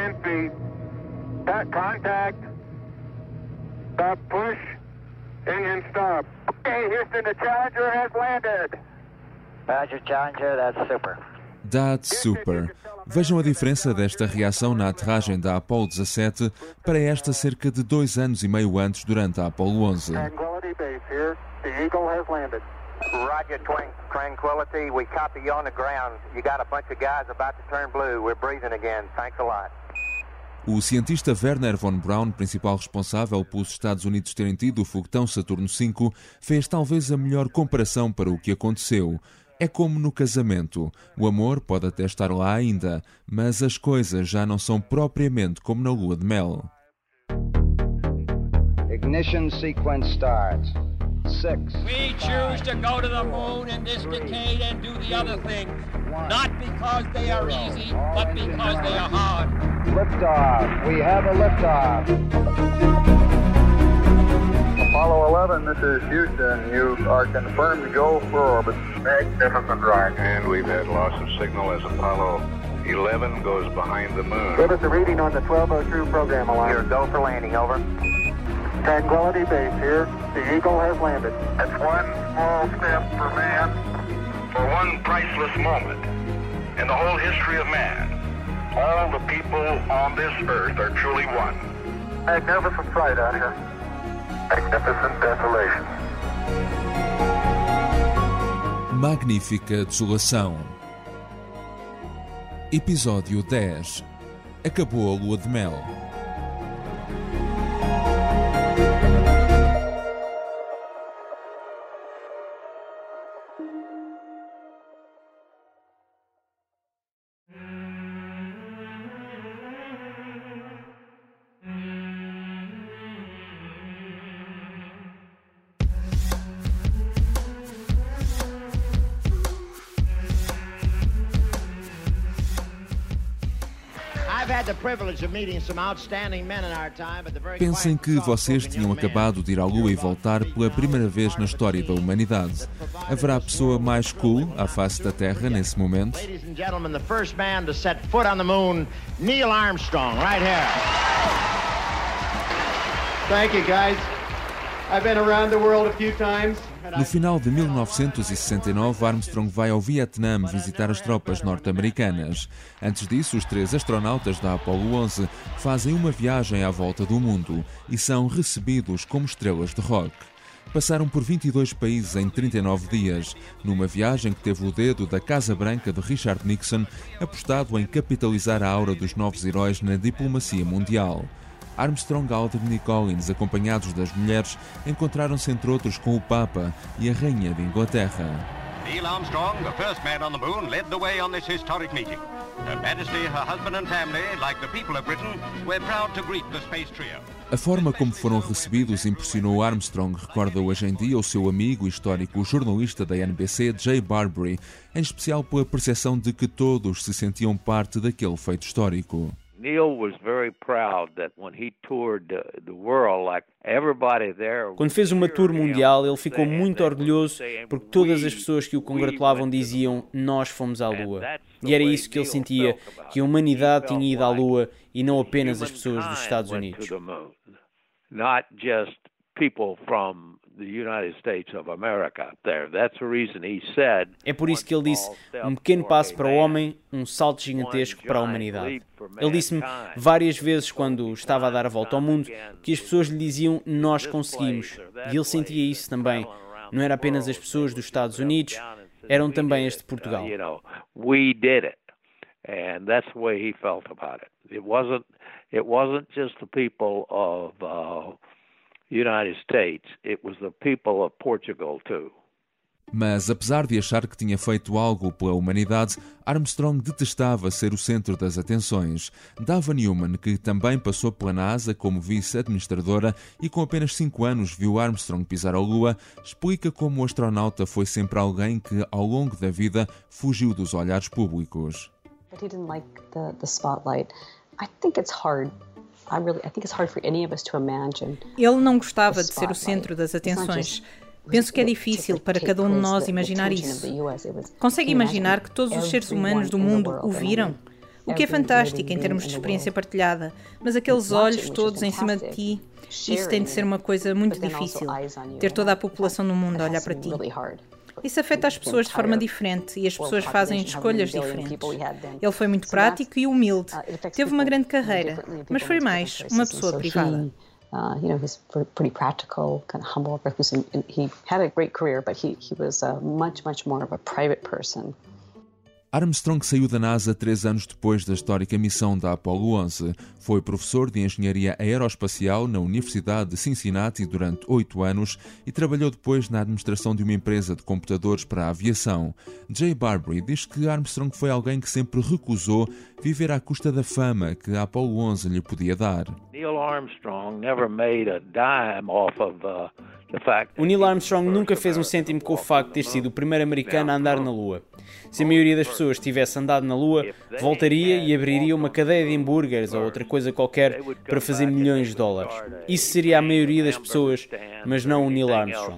10 feet. Contact. Stop push. Engine stop. Okay, Houston, the Challenger has landed. Roger, Challenger, that's super. That's super. Vejam a diferença desta reação na aterragem da Apollo 17 para esta cerca de 2 anos e meio antes, durante a Apollo 11. Tranquility Base here. The Eagle has landed. Roger, Tranquility, we copy you on the ground. You got a bunch of guys about to turn blue. We're breathing again. Thanks a lot. O cientista Wernher von Braun, principal responsável pelos Estados Unidos terem tido o foguetão Saturno V, fez talvez a melhor comparação para o que aconteceu. É como no casamento. O amor pode até estar lá ainda, mas as coisas já não são propriamente como na lua de mel. Ignition sequence starts. 6. We choose to go to the moon in this decade and do the other things. Not because they are easy, but because they are hard. Liftoff. We have a liftoff. Apollo 11, this is Houston. You are confirmed to go for orbit. Magnificent ride. And we've had loss of signal as Apollo 11 goes behind the moon. Give us a reading on the 1202 program alarm. Here, go for landing, over. Tranquility Base here. The Eagle has landed. That's one small step for man, for one priceless moment in the whole history of man. All the people on this earth are truly one. Magnificent sight out here. Magnificent desolation. Magnífica desolação. Episódio 10. Acabou a lua de mel. Pensem que vocês tinham acabado de ir à Lua e voltar pela primeira vez na história da humanidade. Haverá pessoa mais cool à face da Terra nesse momento? Ladies and gentlemen, the first man to set foot on the moon, Neil Armstrong, right here. Thank you, guys. I've been around the world a few times. No final de 1969, Armstrong vai ao Vietnã visitar as tropas norte-americanas. Antes disso, os 3 astronautas da Apollo 11 fazem uma viagem à volta do mundo e são recebidos como estrelas de rock. Passaram por 22 países em 39 dias, numa viagem que teve o dedo da Casa Branca de Richard Nixon apostado em capitalizar a aura dos novos heróis na diplomacia mundial. Armstrong, Aldrin e Collins, acompanhados das mulheres, encontraram-se entre outros com o Papa e a Rainha de Inglaterra. Neil Armstrong, the first man on the moon, led the way on this historic meeting. Her Majesty, her husband and family, like the people of Britain, we're proud to greet the space trio. A forma como foram recebidos impressionou Armstrong, recorda hoje em dia o seu amigo e histórico jornalista da NBC, Jay Barbary, em especial pela percepção de que todos se sentiam parte daquele feito histórico. Neil was very proud that when he toured the world, like everybody there. Quando fez uma tour mundial, ele ficou muito orgulhoso porque todas as pessoas que o congratulavam diziam: nós fomos à Lua. E era isso que ele sentia, que a humanidade tinha ido à Lua e não apenas as pessoas dos Estados Unidos. Not just people from the United States of America there. That's the reason he said. É por isso que ele disse: um pequeno passo para o homem, um salto gigantesco para a humanidade. Ele disse-me várias vezes, quando estava a dar a volta ao mundo, que as pessoas lhe diziam: nós conseguimos. E ele sentia isso também. Não era apenas as pessoas dos Estados Unidos, eram também as de Portugal. We did it. And that's the way he felt about it. It wasn't just the people of United States, it was the people of Portugal too. Mas, apesar de achar que tinha feito algo pela humanidade, Armstrong detestava ser o centro das atenções. Dava Newman, que também passou pela NASA como vice-administradora e com apenas 5 anos viu Armstrong pisar a Lua, explica como o astronauta foi sempre alguém que, ao longo da vida, fugiu dos olhares públicos. He didn't like the spotlight. I think it's hard for any of us to imagine. Ele não gostava de ser o centro das atenções. Penso que é difícil para cada um de nós imaginar isso. Consegue imaginar que todos os seres humanos do mundo o viram? O que é fantástico em termos de experiência partilhada, mas aqueles olhos todos em cima de ti, isso tem de ser uma coisa muito difícil, ter toda a população no mundo a olhar para ti. Isso afeta as pessoas de forma diferente e as pessoas fazem escolhas diferentes. Ele foi muito prático e humilde, teve uma grande carreira, mas foi mais uma pessoa privada. He's pretty practical, kind of humble recluse. He had a great career, but he was much more of a private person. Armstrong saiu da NASA 3 anos depois da histórica missão da Apollo 11. Foi professor de Engenharia Aeroespacial na Universidade de Cincinnati durante 8 anos e trabalhou depois na administração de uma empresa de computadores para a aviação. Jay Barbary diz que Armstrong foi alguém que sempre recusou viver à custa da fama que a Apollo 11 lhe podia dar. O Neil Armstrong nunca fez um cêntimo com o facto de ter sido o primeiro americano a andar na Lua. Se a maioria das pessoas tivesse andado na Lua, voltaria e abriria uma cadeia de hambúrgueres ou outra coisa qualquer para fazer milhões de dólares. Isso seria a maioria das pessoas, mas não o Neil Armstrong.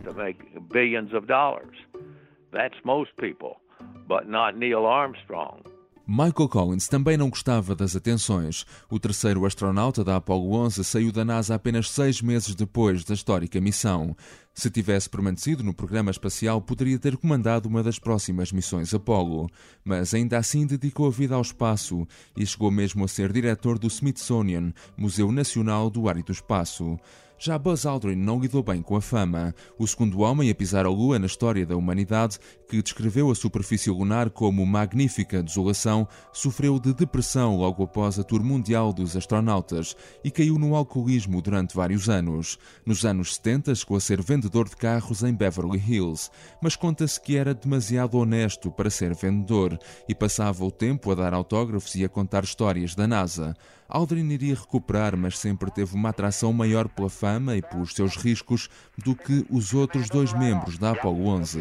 Michael Collins também não gostava das atenções. O terceiro astronauta da Apollo 11 saiu da NASA apenas 6 meses depois da histórica missão. Se tivesse permanecido no programa espacial, poderia ter comandado uma das próximas missões Apollo. Mas ainda assim dedicou a vida ao espaço e chegou mesmo a ser diretor do Smithsonian, Museu Nacional do Ar e do Espaço. Já Buzz Aldrin não lidou bem com a fama. O segundo homem a pisar a Lua na história da humanidade, que descreveu a superfície lunar como magnífica desolação, sofreu de depressão logo após a Tour Mundial dos Astronautas e caiu no alcoolismo durante vários anos. Nos anos 70 chegou a ser vendedor de carros em Beverly Hills, mas conta-se que era demasiado honesto para ser vendedor e passava o tempo a dar autógrafos e a contar histórias da NASA. Aldrin iria recuperar, mas sempre teve uma atração maior pela fama e pelos seus riscos do que os outros 2 membros da Apollo 11.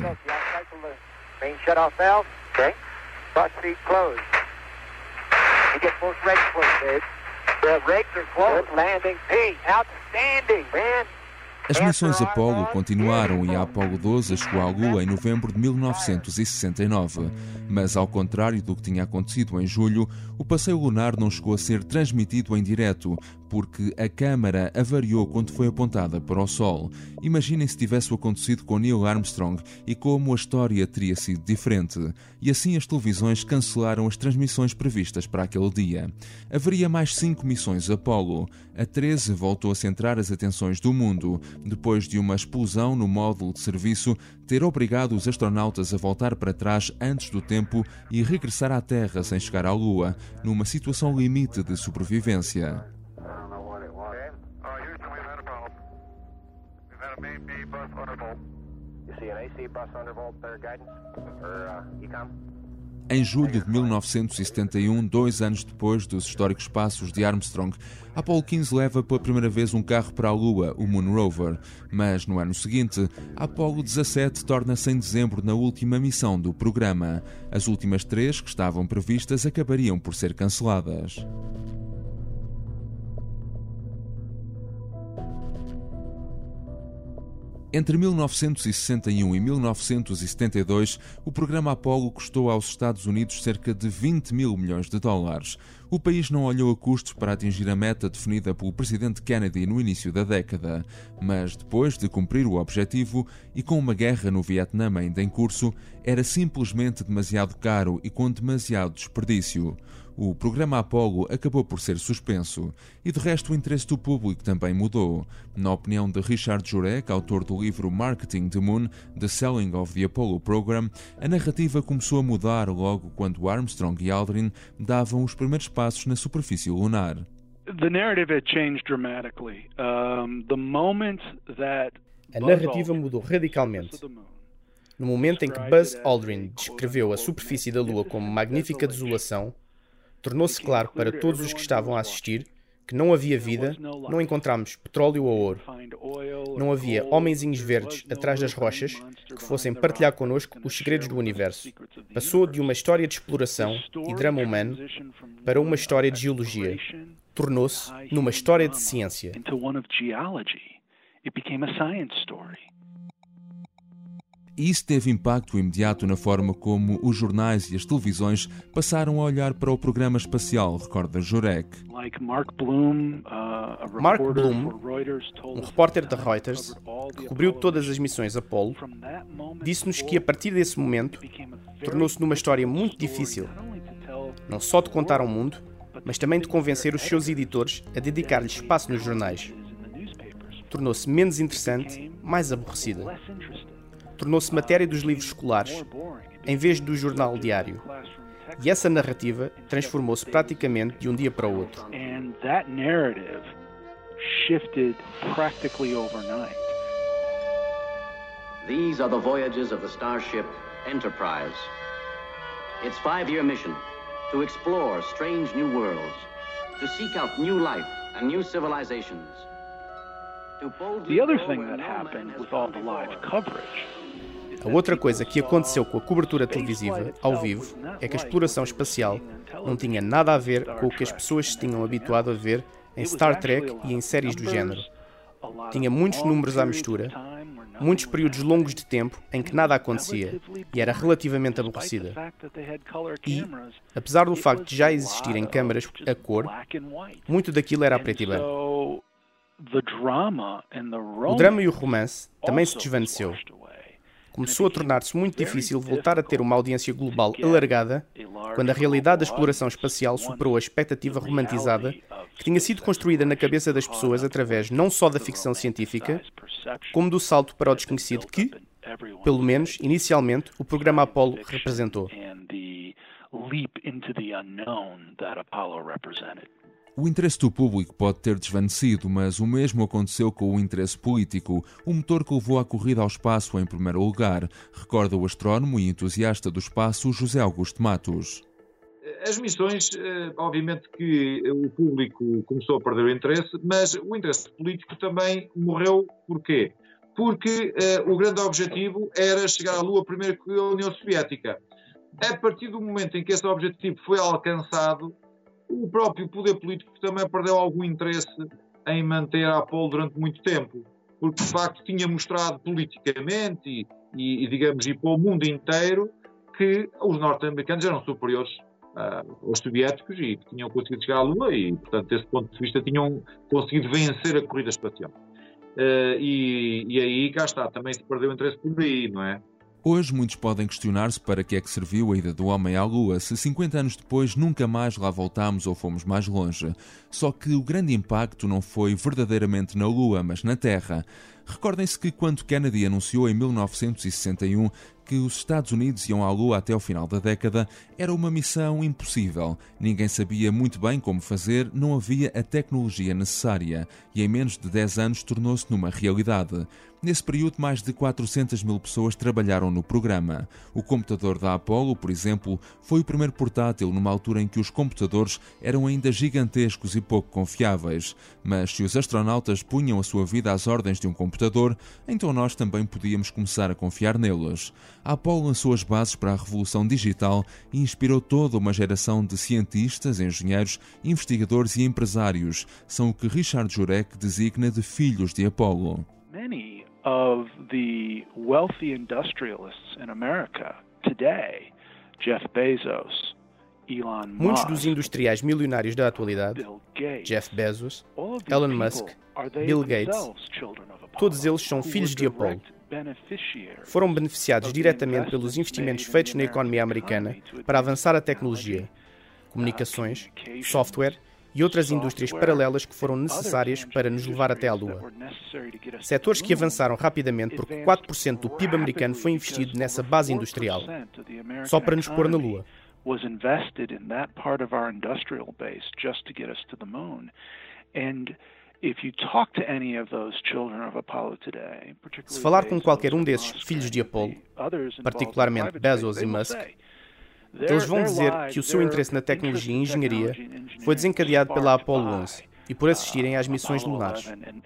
As missões Apollo continuaram e a Apollo 12 chegou à Lua em novembro de 1969. Mas, ao contrário do que tinha acontecido em julho, o passeio lunar não chegou a ser transmitido em direto, porque a câmara avariou quando foi apontada para o Sol. Imaginem se tivesse acontecido com Neil Armstrong e como a história teria sido diferente. E assim as televisões cancelaram as transmissões previstas para aquele dia. Haveria mais 5 missões Apollo. A 13 voltou a centrar as atenções do mundo, depois de uma explosão no módulo de serviço ter obrigado os astronautas a voltar para trás antes do tempo e regressar à Terra sem chegar à Lua, numa situação limite de sobrevivência. Em julho de 1971, 2 anos depois dos históricos passos de Armstrong, a Apollo 15 leva pela primeira vez um carro para a Lua, o Moon Rover. Mas no ano seguinte, a Apollo 17 torna-se em dezembro na última missão do programa. As últimas 3 que estavam previstas acabariam por ser canceladas. Entre 1961 e 1972, o programa Apollo custou aos Estados Unidos cerca de 20 mil milhões de dólares. O país não olhou a custos para atingir a meta definida pelo presidente Kennedy no início da década, mas depois de cumprir o objetivo e com uma guerra no Vietnã ainda em curso, era simplesmente demasiado caro e com demasiado desperdício. O programa Apollo acabou por ser suspenso e, de resto, o interesse do público também mudou. Na opinião de Richard Jurek, autor do livro Marketing the Moon, The Selling of the Apollo Program, a narrativa começou a mudar logo quando Armstrong e Aldrin davam os primeiros passos na superfície lunar. The narrative had changed dramatically. The moment that a narrativa mudou radicalmente. No momento em que Buzz Aldrin descreveu a superfície da Lua como magnífica desolação, tornou-se claro para todos os que estavam a assistir que não havia vida, não encontramos petróleo ou ouro. Não havia homenzinhos verdes atrás das rochas que fossem partilhar connosco os segredos do universo. Passou de uma história de exploração e drama humano para uma história de geologia. Tornou-se numa história de ciência. E isso teve impacto imediato na forma como os jornais e as televisões passaram a olhar para o programa espacial, recorda Jurek. Mark Bloom, um repórter da Reuters, que cobriu todas as missões Apollo, disse-nos que a partir desse momento tornou-se numa história muito difícil, não só de contar ao mundo, mas também de convencer os seus editores a dedicar-lhe espaço nos jornais. Tornou-se menos interessante, mais aborrecida. Tornou-se matéria dos livros escolares, em vez do jornal diário. E essa narrativa transformou-se praticamente de um dia para o outro. These are the voyages of the starship Enterprise. Its 5-year mission: to explore strange new worlds, to seek out new life and new civilizations. The other thing that happened with all the live coverage. A outra coisa que aconteceu com a cobertura televisiva, ao vivo, é que a exploração espacial não tinha nada a ver com o que as pessoas se tinham habituado a ver em Star Trek e em séries do género. Tinha muitos números à mistura, muitos períodos longos de tempo em que nada acontecia e era relativamente aborrecida. E, apesar do facto de já existirem câmaras a cor, muito daquilo era a preto e branco. O drama e o romance também se desvaneceu. Começou a tornar-se muito difícil voltar a ter uma audiência global alargada quando a realidade da exploração espacial superou a expectativa romantizada que tinha sido construída na cabeça das pessoas através não só da ficção científica, como do salto para o desconhecido que, pelo menos inicialmente, o programa Apollo representou. O interesse do público pode ter desvanecido, mas o mesmo aconteceu com o interesse político, o motor que levou a corrida ao espaço em primeiro lugar, recorda o astrónomo e entusiasta do espaço José Augusto Matos. As missões, obviamente que o público começou a perder o interesse, mas o interesse político também morreu. Porquê? Porque o grande objetivo era chegar à Lua primeiro que a União Soviética. A partir do momento em que esse objetivo foi alcançado, o próprio poder político também perdeu algum interesse em manter a Apollo durante muito tempo, porque de facto tinha mostrado politicamente e digamos, e para o mundo inteiro que os norte-americanos eram superiores aos soviéticos e que tinham conseguido chegar à Lua e, portanto, desse ponto de vista, tinham conseguido vencer a corrida espacial. E aí, cá está, também se perdeu o interesse por aí, não é? Hoje muitos podem questionar-se para que é que serviu a ida do homem à Lua, se 50 anos depois nunca mais lá voltámos ou fomos mais longe. Só que o grande impacto não foi verdadeiramente na Lua, mas na Terra. Recordem-se que quando Kennedy anunciou em 1961 que os Estados Unidos iam à Lua até ao final da década, era uma missão impossível. Ninguém sabia muito bem como fazer, não havia a tecnologia necessária e em menos de 10 anos tornou-se numa realidade. Nesse período, mais de 400 mil pessoas trabalharam no programa. O computador da Apollo, por exemplo, foi o primeiro portátil numa altura em que os computadores eram ainda gigantescos e pouco confiáveis. Mas se os astronautas punham a sua vida às ordens de um computador, então nós também podíamos começar a confiar neles. A Apollo lançou as bases para a revolução digital e inspirou toda uma geração de cientistas, engenheiros, investigadores e empresários. São o que Richard Jurek designa de filhos de Apollo. Many of the wealthy industrialists in America today, Jeff Bezos, Elon Musk, muitos dos industriais milionários da atualidade, Jeff Bezos, Elon Musk, Bill Gates, todos eles são filhos de Apollo. Foram beneficiados diretamente pelos investimentos feitos na economia americana para avançar a tecnologia, comunicações, software e outras indústrias paralelas que foram necessárias para nos levar até à Lua. Setores que avançaram rapidamente porque 4% do PIB americano foi investido nessa base industrial, só para nos pôr na Lua. Se falar com qualquer um desses filhos de Apollo, particularmente Bezos e Musk, eles vão dizer que o seu interesse na tecnologia e engenharia foi desencadeado pela Apollo 11 e por assistirem às missões lunares.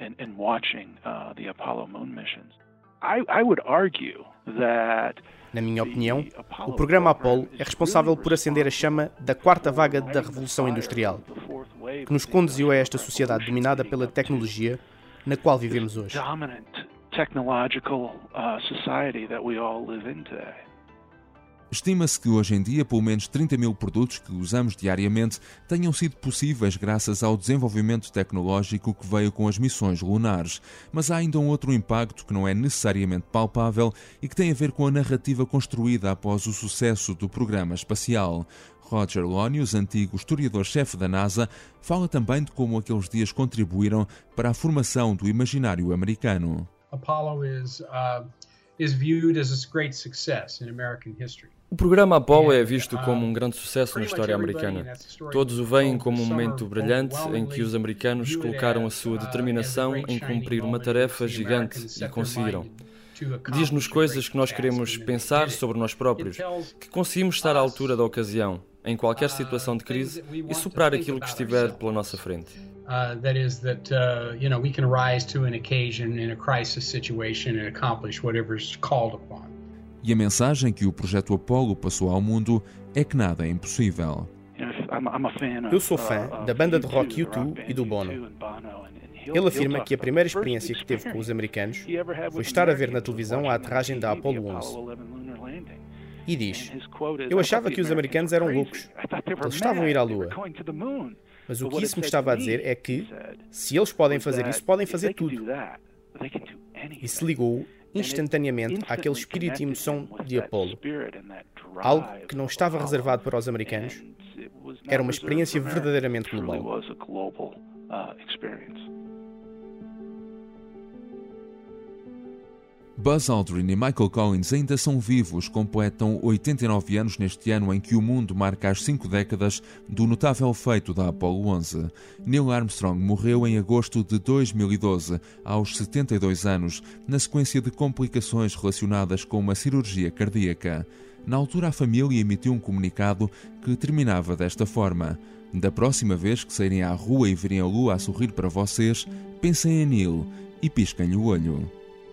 Na minha opinião, o programa Apollo é responsável por acender a chama da quarta vaga da Revolução Industrial, que nos conduziu a esta sociedade dominada pela tecnologia na qual vivemos hoje. technological society that we all live in today. Estima-se que hoje em dia pelo menos 30 mil produtos que usamos diariamente tenham sido possíveis graças ao desenvolvimento tecnológico que veio com as missões lunares. Mas há ainda um outro impacto que não é necessariamente palpável e que tem a ver com a narrativa construída após o sucesso do programa espacial. Roger Lonius, antigo historiador-chefe da NASA, fala também de como aqueles dias contribuíram para a formação do imaginário americano. Apollo is viewed as a great success in American history. O programa Apollo é visto como um grande sucesso na história americana. Todos o veem como um momento brilhante em que os americanos colocaram a sua determinação em cumprir uma tarefa gigante e conseguiram. Diz-nos coisas que nós queremos pensar sobre nós próprios, que conseguimos estar à altura da ocasião, em qualquer situação de crise, e superar aquilo que estiver pela nossa frente. That is that we can rise to an occasion in a crisis situation and accomplish whatever is called upon. E a mensagem que o projeto Apollo passou ao mundo é que nada é impossível. Eu sou fã da banda de rock U2 e do Bono. Ele afirma que a primeira experiência que teve com os americanos foi estar a ver na televisão a aterragem da Apollo 11. E diz: "Eu achava que os americanos eram loucos. Eles estavam a ir à Lua. Mas o que isso me estava a dizer é que, se eles podem fazer isso, podem fazer tudo." E se ligou instantaneamente àquele espírito e emoção de Apollo. Algo que não estava reservado para os americanos. Era uma experiência verdadeiramente global. Buzz Aldrin e Michael Collins ainda são vivos, completam 89 anos neste ano em que o mundo marca as 5 décadas do notável feito da Apollo 11. Neil Armstrong morreu em agosto de 2012, aos 72 anos, na sequência de complicações relacionadas com uma cirurgia cardíaca. Na altura, a família emitiu um comunicado que terminava desta forma: "Da próxima vez que saírem à rua e virem a Lua a sorrir para vocês, pensem em Neil e pisquem-lhe o olho."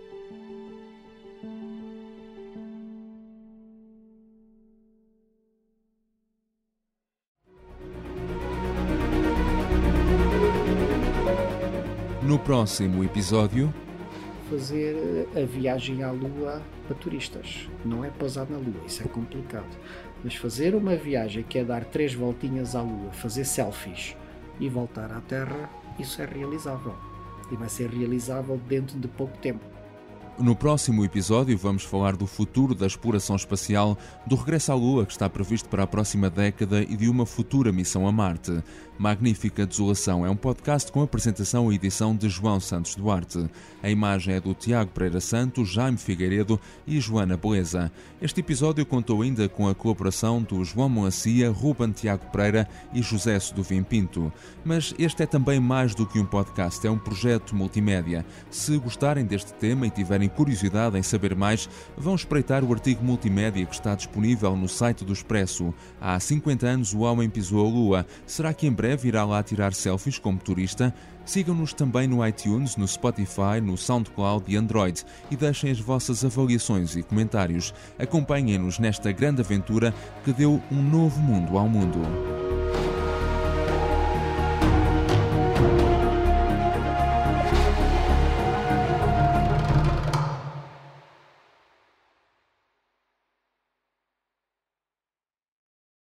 No próximo episódio... Fazer a viagem à Lua para turistas. Não é pousar na Lua, isso é complicado. Mas fazer uma viagem que é dar 3 voltinhas à Lua, fazer selfies e voltar à Terra, isso é realizável. E vai ser realizável dentro de pouco tempo. No próximo episódio vamos falar do futuro da exploração espacial, do regresso à Lua que está previsto para a próxima década e de uma futura missão a Marte. Magnífica Desolação é um podcast com apresentação e edição de João Santos Duarte. A imagem é do Tiago Pereira Santos, Jaime Figueiredo e Joana Beleza. Este episódio contou ainda com a colaboração do João Moacia, Ruben Tiago Pereira e José Sudovim Pinto. Mas este é também mais do que um podcast, é um projeto multimédia. Se gostarem deste tema e tiverem curiosidade em saber mais, vão espreitar o artigo multimédia que está disponível no site do Expresso. Há 50 anos o homem pisou a Lua. Será que em breve irá lá tirar selfies como turista? Sigam-nos também no iTunes, no Spotify, no SoundCloud e Android e deixem as vossas avaliações e comentários. Acompanhem-nos nesta grande aventura que deu um novo mundo ao mundo.